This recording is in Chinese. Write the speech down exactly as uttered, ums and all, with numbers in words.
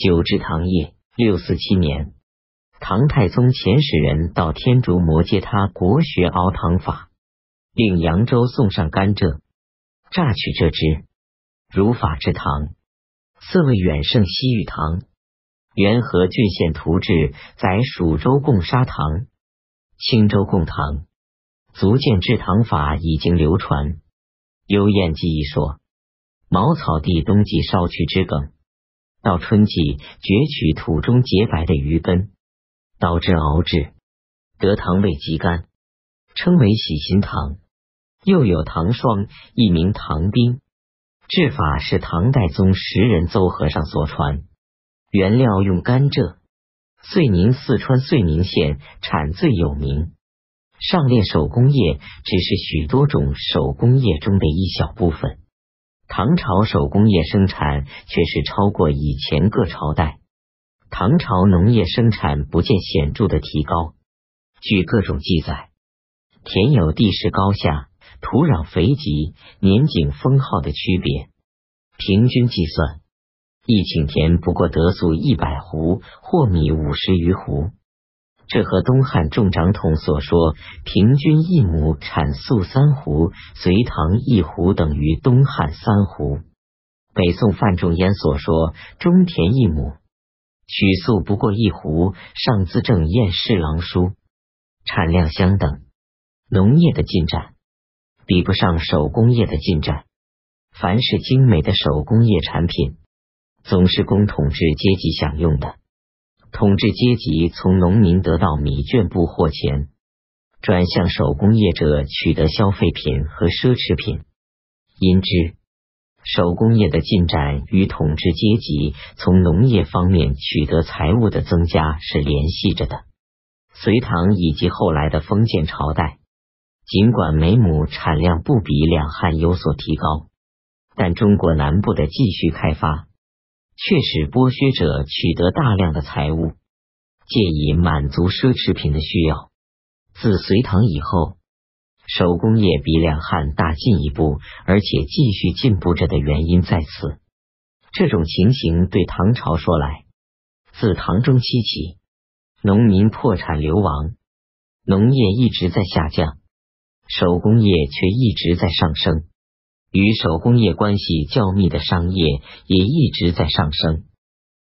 九至唐业六四七年，唐太宗遣使人到天竺摩揭他国学熬糖法，令扬州送上甘蔗，榨取蔗汁，如法制糖，色味远胜西域糖。元和郡县图志载蜀州贡砂糖、青州贡糖，足见制糖法已经流传。幽燕记忆说，茅草地冬季烧去枝梗，到春季攫取土中结白的余根，捣汁熬制，得糖味极甘，称为喜心糖。又有糖霜，亦名糖冰。制法是唐代宗时任邹和尚所传，原料用甘蔗。遂宁四川遂宁县产最有名。上列手工业只是许多种手工业中的一小部分，唐朝手工业生产却是超过以前各朝代。唐朝农业生产不见显著的提高。据各种记载，田有地势高下、土壤肥瘠、年景丰浩的区别。平均计算，一顷田不过得粟一百斛，或米五十余斛。这和东汉众长统所说平均一亩产粟三斛，隋唐一斛等于东汉三斛。北宋范仲淹所说中田一亩，取粟不过一斛，上自正验侍郎书，产量相等。农业的进展比不上手工业的进展。凡是精美的手工业产品，总是供统治阶级享用的。统治阶级从农民得到米绢布货钱，转向手工业者取得消费品和奢侈品。因之，手工业的进展与统治阶级从农业方面取得财物的增加是联系着的。隋唐以及后来的封建朝代，尽管每亩产量不比两汉有所提高，但中国南部的继续开发却使剥削者取得大量的财物，借以满足奢侈品的需要。自隋唐以后，手工业比两汉大进一步，而且继续进步着的原因在此。这种情形对唐朝说来，自唐中期起，农民破产流亡，农业一直在下降，手工业却一直在上升。与手工业关系较密的商业也一直在上升。